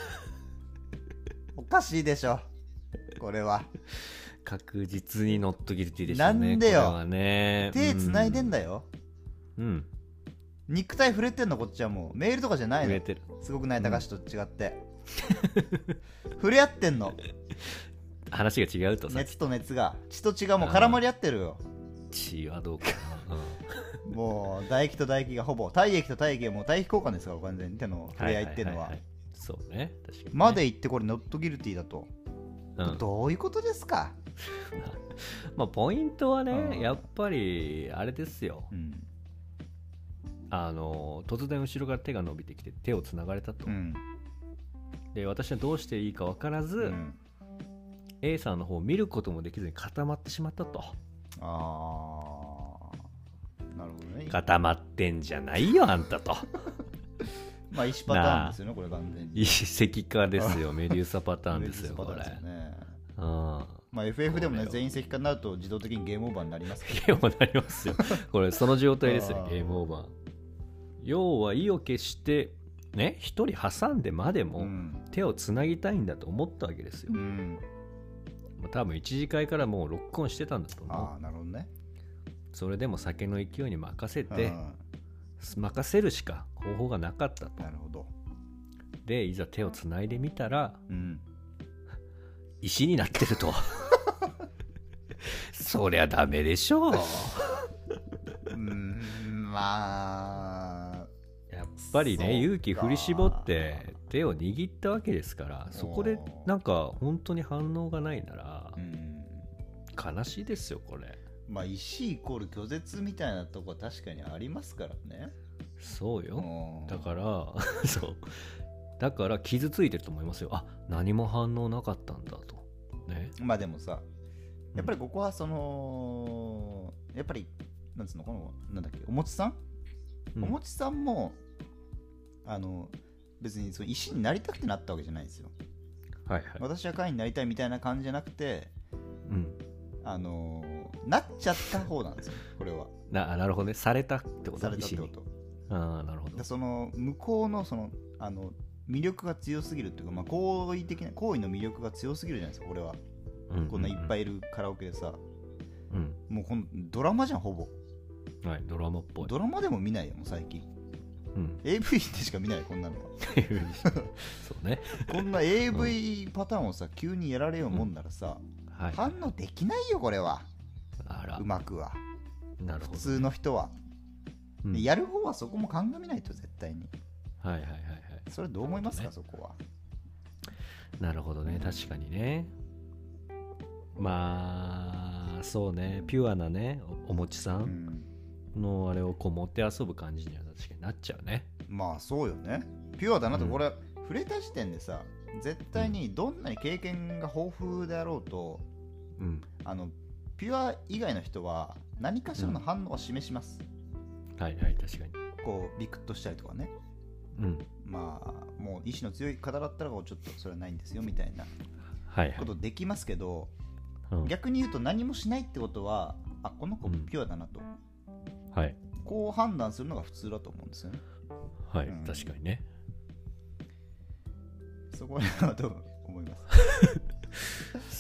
おかしいでしょこれは。 確実にノットギルティでしょうね。 なんでよ、 これはね、 手繋いでんだよ。肉体触れてんのこっちは。もうメールとかじゃないの。触れてる。すごくない高橋と違って、触れ合ってんの。 話が違うと。 熱と熱が、血と血がもう絡まり合ってるよ。 血はどうかな。 もう唾液と唾液がほぼ、体液と体液がもう対比交換ですから完全に。手の触れ合いっていうのは。 そうね、確かにね。 まで言ってこれノットギルティだと、どういうことですか。 まあポイントはね、やっぱりあれですよ。突然後ろから手が伸びてきて手をつながれたと。で私はどうしていいか分からず、A さんの方を見ることもできずに固まってしまったと。 なるほどね。 固まってんじゃないよあんたと。 まあ石パターンですよねこれ完全に。 石化ですよ。メデューサパターンですよこれ。 まあ FF でもね全員石化になると自動的にゲームオーバーになりますけど。 ゲームオーバーになりますよ。これその状態ですよゲームオーバー。要は意を決してね一人挟んでまでも手をつなぎたいんだと思ったわけですよ。多分一次会からもうロックオンしてたんだと思う。 なるほどね。 それでも酒の勢いに任せて、任せるしか方法がなかったと。 なるほど。 でいざ手をつないでみたら、石になってると。そりゃダメでしょう。 まあやっぱりね勇気振り絞って手を握ったわけですから、そこでなんか本当に反応がないなら悲しいですよこれ。 まあ石イコール拒絶みたいなとこ確かにありますからね。 そうよ。だからそうだから傷ついてると思いますよ。何も反応なかったんだとね。 まあでもさやっぱりここはそのやっぱりなんつうのこのなんだっけおもちさん、おもちさんも別にその石になりたくてなったわけじゃないですよ。私は会員になりたいみたいな感じじゃなくて、なっちゃった方なんですよこれは。 なるほどね。されたってこと。 されたってこと。 なるほど。 その向こうのその魅力が強すぎるっていうか、まあ行為的な行為の魅力が強すぎるじゃないですかこれは。こんないっぱいいるカラオケでさ、もうこのドラマじゃんほぼ。 ドラマっぽい。 ドラマでも見ないよもう最近。AV でしか見ないこんなのは。 そうね。 こんな AV パターンをさ急にやられようもんならさ、反応できないよこれは。うまくは。 なるほど。 普通の人は、やる方はそこも鑑みないと絶対に。それどう思いますかそこは。 なるほどね。確かにね。まあそうね、ピュアなねおもちさんのあれをこう持って遊ぶ感じには確かになっちゃうね。 まあそうよね。ピュアだなと。これ触れた時点でさ絶対にどんなに経験が豊富であろうと、ピュア以外の人は何かしらの反応を示します。 確かに。 こうビクッとしたりとかね。まあもう意志の強い方だったらちょっとそれはないんですよみたいなことできますけど、逆に言うと何もしないってことはこの子ピュアだなと、こう判断するのが普通だと思うんですよね。 確かにね。 そこはどう思います？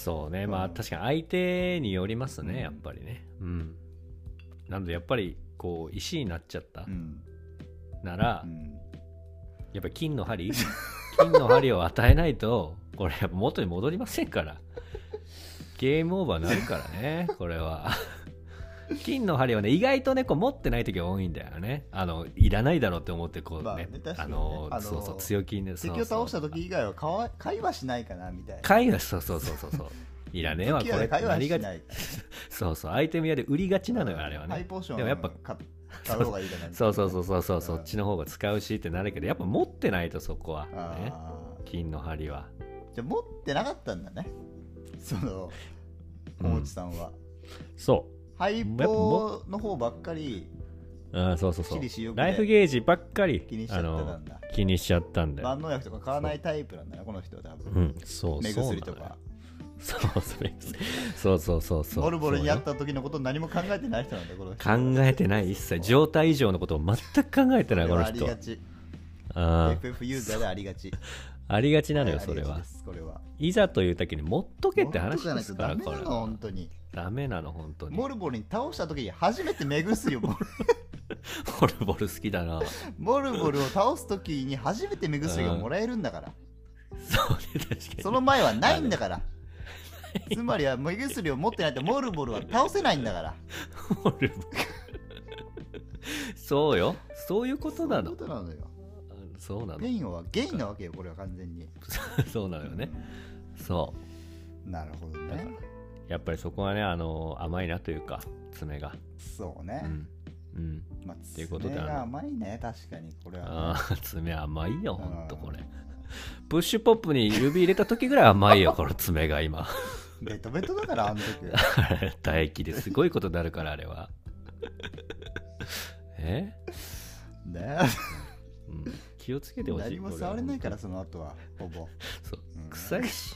そうね、まあ確かに相手によりますね、やっぱりね。なのでやっぱりこう石になっちゃったなら、やっぱり金の針を与えないとこれやっぱ元に戻りませんからゲームオーバーになるからねこれは金の針はね意外とねこう持ってない時が多いんだよね。いらないだろうって思ってこうね、 まあね、 そうそう強気にね敵を倒した時以外は会話しないかなみたいな。 会話そういらねえわこれ会話しないそうアイテム屋で売りがちなのよあれはね。 ハイポーションでもやっぱ買う方がいいかな。 そうそっちの方が使うしってなるけどやっぱ持ってないとそこはね金の針は。 じゃあ持ってなかったんだねその大内さんは。 そうハイポーの方ばっかりそうライフゲージばっかり気にしちゃったんだよ。 万能薬とか買わないタイプなんだねこの人は多分。目薬とかそうボルボルにやった時のこと何も考えてない人なんだこの人。 考えてない一切状態以上のことを全く考えてないこの人。 ありがち。FF ユーザーでありがち。 ありがちなのよそれは。 これはいざという時に持っとけって話ですから。 ダメなの本当に。 ダメなの本当に。 ボルボルに倒した時に初めて目薬をボルボル好きだな。 ボルボルを倒す時に初めて目薬がもらえるんだから。 そうね確かに。 その前はないんだから。つまりは目薬を持ってないとモルボルは倒せないんだから。 そうよそういうことなの。 そういうことなのよ。 そうなの。 ゲインなわけよこれは完全に。 そうなのよね。そう。 なるほどね。 やっぱりそこはね甘いなというか爪が。 そうね。まあ、 っていうことで爪が甘いね確かにこれは、 ね。爪甘いよほんとこれ。プッシュポップに指入れた時ぐらい甘いよこの爪が今。 ベトベトだからあの時唾液ですごいことになるからあれは。ね、気をつけてほしい。 何も触れないからその後はほぼそう、臭いし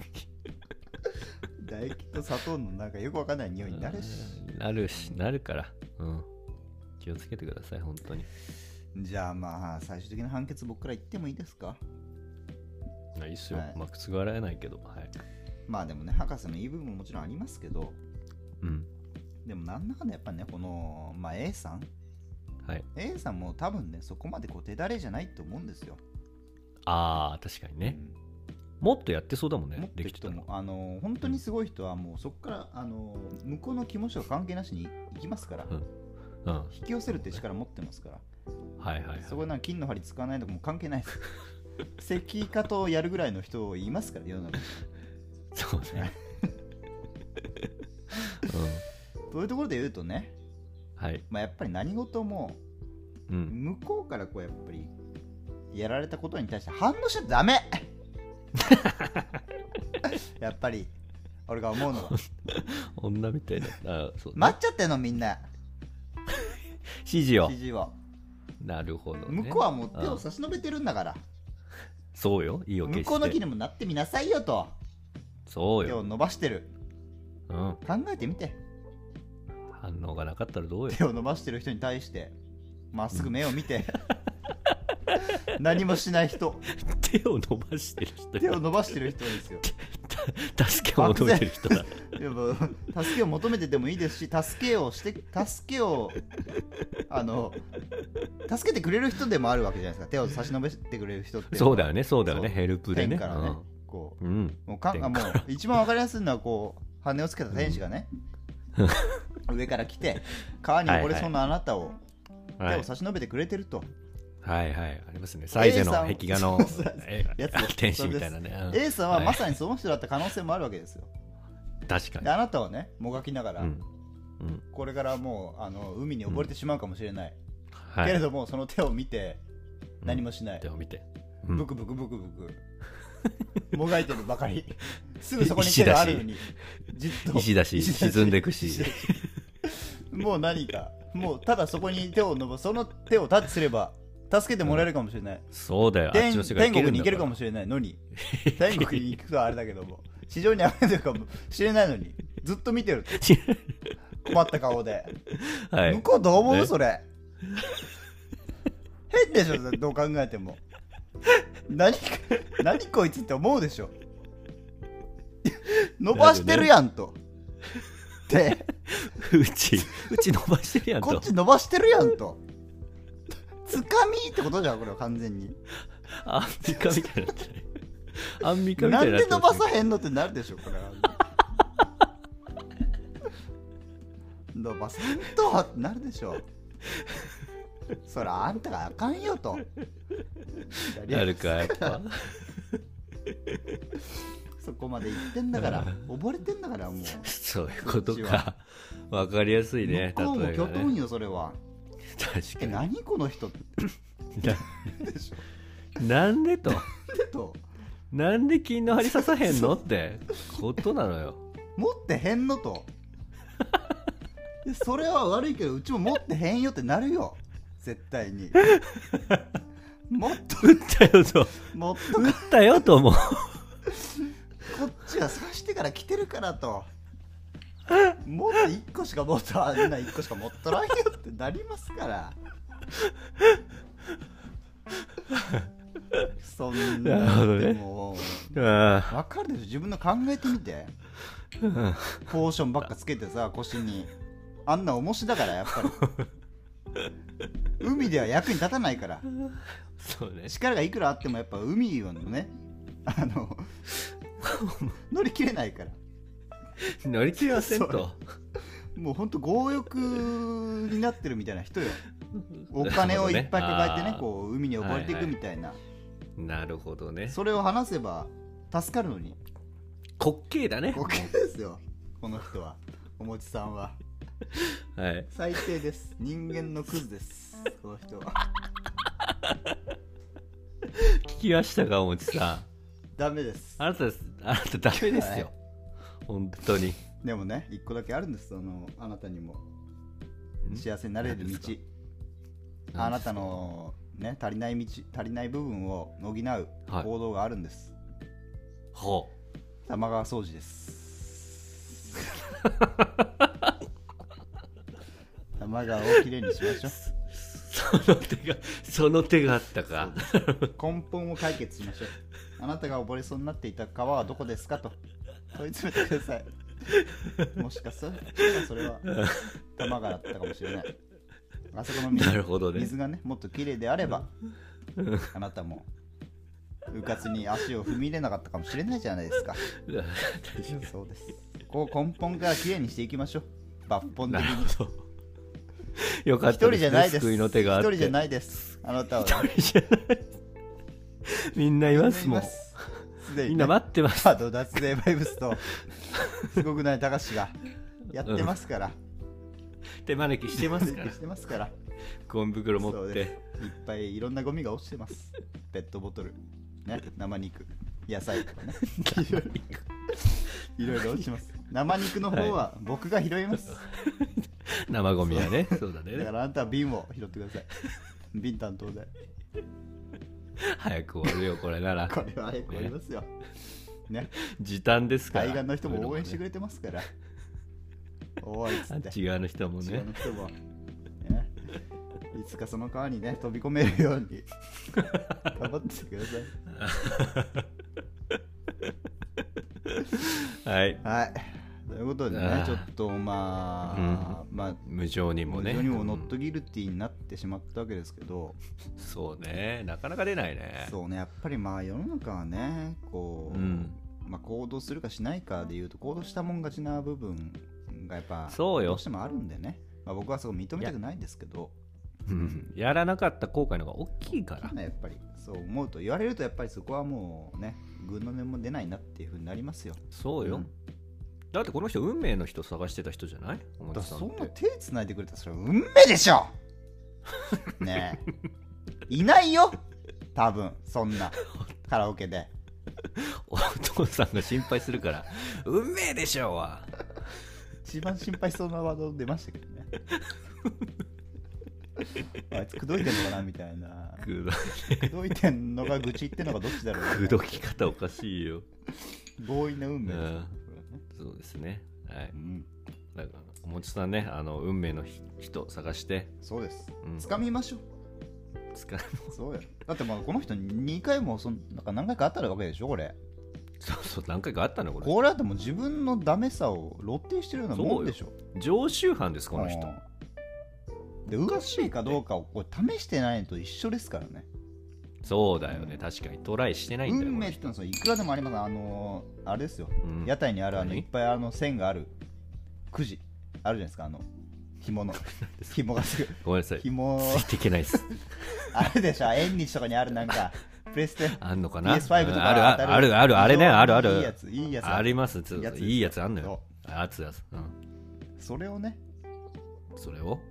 唾液と砂糖のなんかよくわかんない匂いになるしなるから、気をつけてください本当に。 じゃあまあ最終的な判決僕から言ってもいいですか。 いいっすよ、まあ覆らないけど、 まあでもね博士の言い分ももちろんありますけど、でもなんだかんだやっぱねこの、A さん、A さんも多分ねそこまでこう手だれじゃないと思うんですよ。 確かにね、もっとやってそうだもんね。 もっとできても本当にすごい人はもうそこから向こうの気持ちが関係なしに行きますから、引き寄せるって力持ってますから、そこでなんか金の針使わないとかも関係ないです。石化とやるぐらいの人いますから世の中に。 そうね。 というところで言うとね、やっぱり何事も、向こうからこうやっぱりやられたことに対して反応しちゃダメ。やっぱり俺が思うのは女みたいな。 待っちゃってんのみんな。 指示を。なるほど、ね。 向こうはもう手を差し伸べてるんだから。 そうよ。いいよ。 向こうの気にもなってみなさいよと。 そうよ。 手を伸ばしてる。考えてみて。 反応がなかったらどうよ。 手を伸ばしてる人に対してまっすぐ目を見て、何もしない人。 手を伸ばしてる人。 手を伸ばしてる人ですよ。 助けを求めてる人だ。 助けを求めててもいいですし、助けを助けてくれる人でもあるわけじゃないですか。手を差し伸べてくれる人って。 そうだよねヘルプでね。 天からね、こう、もう一番わかりやすいのはこう羽をつけた天使がね、上から来て川に溺れそうなあなたを手を差し伸べてくれてると。 ありますね。サイゼの壁画の天使みたいなね。 A さんはまさにその人だった可能性もあるわけですよ。 確かに。 であなたはねもがきながら、これからもう海に溺れてしまうかもしれない、けれどもその手を見て何もしない、 手を見てブクブクブクブクもがいてるばかり。すぐそこに手があるのにじっと石だし沈んでいくしもう何かもうただそこに手を伸ばその手をタッチすれば助けてもらえるかもしれない、 そうだよ。 天国に行けるかもしれないのに天国に行くとはあれだけども地上に上がれるかもしれないのにずっと見てる困った顔で、向こうどう思う、それ変でしょどう考えても。何こいつって思うでしょ。伸ばしてるやんとでうち伸ばしてるやんとこっち伸ばしてるやんとつかみってことじゃんこれは完全に。 アメリカみたいになってる。 アンミカみたいになってなんで伸ばさへんのってなるでしょこれ伸ばさへんとってなるでしょそらあんたがあかんよとなるかやっぱそこまで言ってんだから溺れてんだからもうそういうことか。わかりやすいね。 向こうも例えがね。 きょとんよそれは。 確かに。 何この人ってでしょ。 なんでととなんで金の針刺さへんのってことなのよ。 持ってへんのとでそれは悪いけどうちも持ってへんよってなるよ絶対にもっと打ったよともっと打ったよと思うこっちは刺してから来てるからともっと1個しか持っとあんな1個しか持っとらんよってなりますからそんなでも分かるでしょ自分の考えてみてポーションばっかつけてさ腰にあんな重しだからやっぱり海では役に立たないからそうね力がいくらあってもやっぱ海はね乗り切れないから乗り切れませんともうほんと強欲になってるみたいな人よお金をいっぱい抱えてねこう海に溺れていくみたいな、 なるほどねそれを話せば助かるのに滑稽だね滑稽ですよこの人はおもちさんははい最低です人間のクズですこの人は聞きましたかおもちさんダメですあなたダメですよ、はい、本当にでもね一個だけあるんですあなたにも幸せになれる道あなたのね足りない部分を補う行動があるんです、 ほう玉川掃除です玉川をきれいにしましょうその手があったか根本を解決しましょうあなたが溺れそうになっていた川はどこですかと問い詰めてくださいもしかしたらそれは玉川だったかもしれないあそこの水がねもっときれいであればあなたもうかつに足を踏み入れなかったかもしれないじゃないですかそうですこう根本からきれいにしていきましょう抜本的によかったですね。 一人じゃないです。 救いの手があって。 一人じゃないです。あなたは、ね。 一人じゃない。みんないますもん。みんな待ってます。 ハード脱税バイブスとすごくない高橋がやってますから。 手招きしてますから。 してますから。 ゴミ袋持って。 いっぱいいろんなゴミが落ちてます。ペットボトル、ね、生肉、野菜とかね。いろいろ落ちます。生肉の方は僕が拾います。 生ゴミはね、そうだね。 だからあんたは瓶を拾ってください。瓶担当で。 早く終わるよ、これなら。 これは早く終わりますよ。ね。 時短ですから。 海岸の人も応援してくれてますから。おいっつって。 あっち側の人もね。 あっち側の人も。ね。いつかその川にね、飛び込めるように頑張ってください。はい。 はい。ということでね、ちょっとまあ無情にもね、 無情にもノットギルティになってしまったわけですけど、 そうね、なかなか出ないね。 そうね、やっぱりまあ世の中はね、こう、まあ行動するかしないかでいうと行動したもん勝ちな部分がやっぱどうしてもあるんでね、まあ僕はそこ認めたくないんですけど、 やらなかった後悔の方が大きいから。 やっぱりそう思うと言われるとやっぱりそこはもうね、群の音も出ないなっていう風になりますよ。 そうよ。だってこの人運命の人探してた人じゃない？ だそんな手繋いでくれたらそれは運命でしょねえいないよ多分そんなカラオケでお父さんが心配するから運命でしょうわ一番心配しそうなワード出ましたけどねあいつ口説いてんのかなみたいな口説いてんのか愚痴言ってんのかどっちだろう、 口説き方おかしいよ強引な運命そうですね。はい。だからおもちさんね、運命の人探して。 そうです。掴みましょう。そうや。だってまあこの人2回もなんか何回かあったわけでしょこれ。 そう何回かあったのこれ。 これだってもう自分のダメさを露呈してるようなもんでしょ。 常習犯ですこの人。 でうっかしいかどうかをこれ試してないのと一緒ですからね。 そうだよね、確かにトライしてないんだよ。 運命ってのはいくらでもあります。あれですよ、屋台にあるいっぱい線があるくじあるじゃないですか、紐の紐がすぐごめんなさい、 紐ついていけないっす。 あるでしょ、縁日とかにあるなんかプレステあんのかな、 PS5 とかあるあれね、あるいいやついいやつあります。いいやつあんのよ。それをね、それを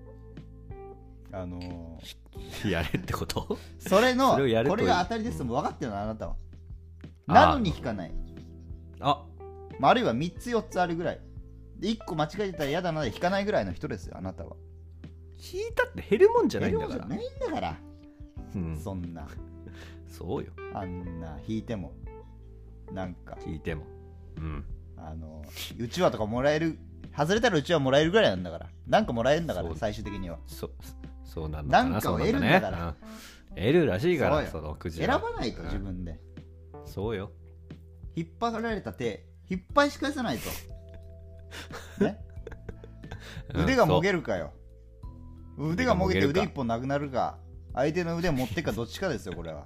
やれってこと？ それのそれをやるとこれが当たりですとも分かってるの、あなたは。なのに引かない。あるいは3つ4つあるぐらいで、1個間違えてたら嫌だなで引かないぐらいの人ですよ、あなたは。 引いたって減るもんじゃないんだから。 減るもんじゃないんだから、そんな。 そうよ。 あんな引いてもなんか引いてもうちわとかもらえる、外れたらうちわもらえるぐらいなんだから、なんかもらえるんだから、最終的にはそうなんだかな。 なんかを得るんだから、 得るらしいから、そのくじ選ばないと自分で。 そうよ。 引っ張られた手引っ張りし返さないとね。腕がもげるかよ。腕がもげて腕一本なくなるか、相手の腕持ってかどっちかですよ、これは。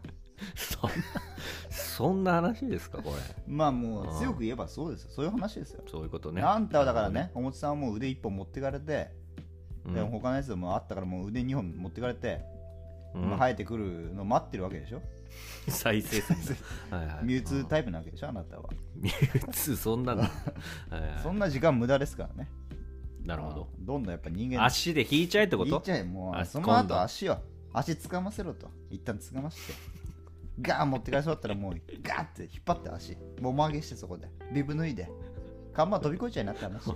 そんな話ですか、これ。 まあもう強く言えばそうですよ、そういう話ですよ。 そういうことね。 あんたはだからね、おもちさんはもう腕一本持ってかれて、でも他のやつもあったからもう腕2本持ってかれて、生えてくるの待ってるわけでしょ。 再生するミュウツータイプなわけでしょ、あなたは。 ミュウツー、そんなのそんな時間無駄ですからね。 なるほど。 どんどんやっぱ人間足で引いちゃえってこと？ 引いちゃえ、もうその後足つかませろと、一旦つかましてガーン持って帰そうだったらもうガーって引っ張って足もも上げして、そこでビブ脱いで看板飛び越えちゃいなって話。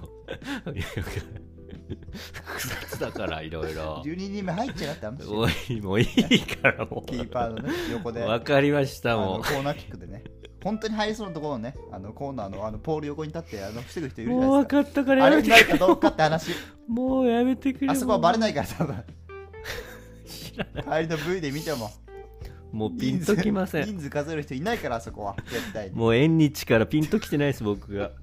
複雑だからいろいろ。 12人目入っちゃいなって話。 もういいからもう。 キーパーのね横で。 わかりました。もうコーナーキックでね、本当に入りそうなところをね、コーナーのポール横に立って防ぐ人いるじゃないですか。もう分かったからやめてくれ。 あれないかどうかって話。 もうやめてくれ。 あそこはバレないから多分。帰りの V で見てももうピンときません。 人数数える人いないから、あそこは絶対に。 もう縁日からピンときてないです、僕が。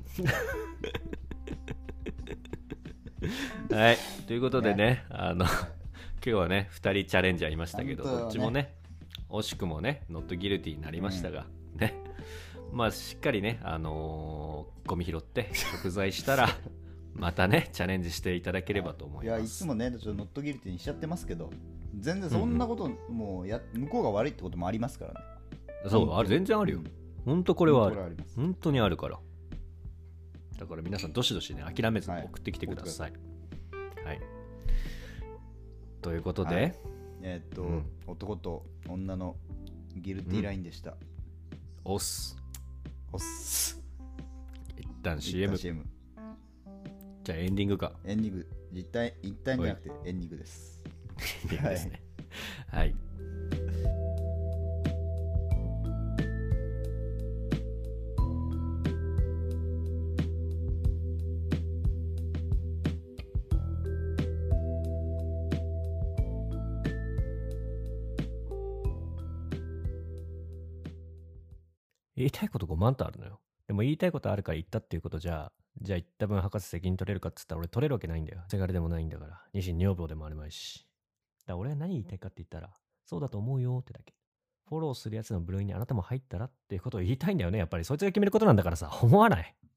はい、ということでね、今日はね2人チャレンジャーいましたけど、どっちもね惜しくもねノットギルティになりましたが、ね、まあしっかりねゴミ拾って食材したらまたねチャレンジしていただければと思います。 いや、いつもねちょっとノットギルティにしちゃってますけど、全然そんなこと、もう向こうが悪いってこともありますからね。 そう、あれ全然あるよ。本当これはある。本当にあるから。だから皆さんどしどしね諦めずに送ってきてください。はい。ということで、 男と女のギルティラインでした。 おっす。一旦 CM。じゃあエンディングか。 エンディング。一旦じゃなくてエンディングです。 エンディングですね。はい。言いたいこと5万とあるのよ。でも言いたいことあるから言ったっていうことじゃあ言った分博士責任取れるかっつったら俺取れるわけないんだよ。せがれでもないんだから。二心女房でもあるまいし。だから俺は何言いたいかって言ったら、そうだと思うよってだけ。フォローするやつの部類にあなたも入ったらっていうことを言いたいんだよね。やっぱりそいつが決めることなんだからさ、思わない。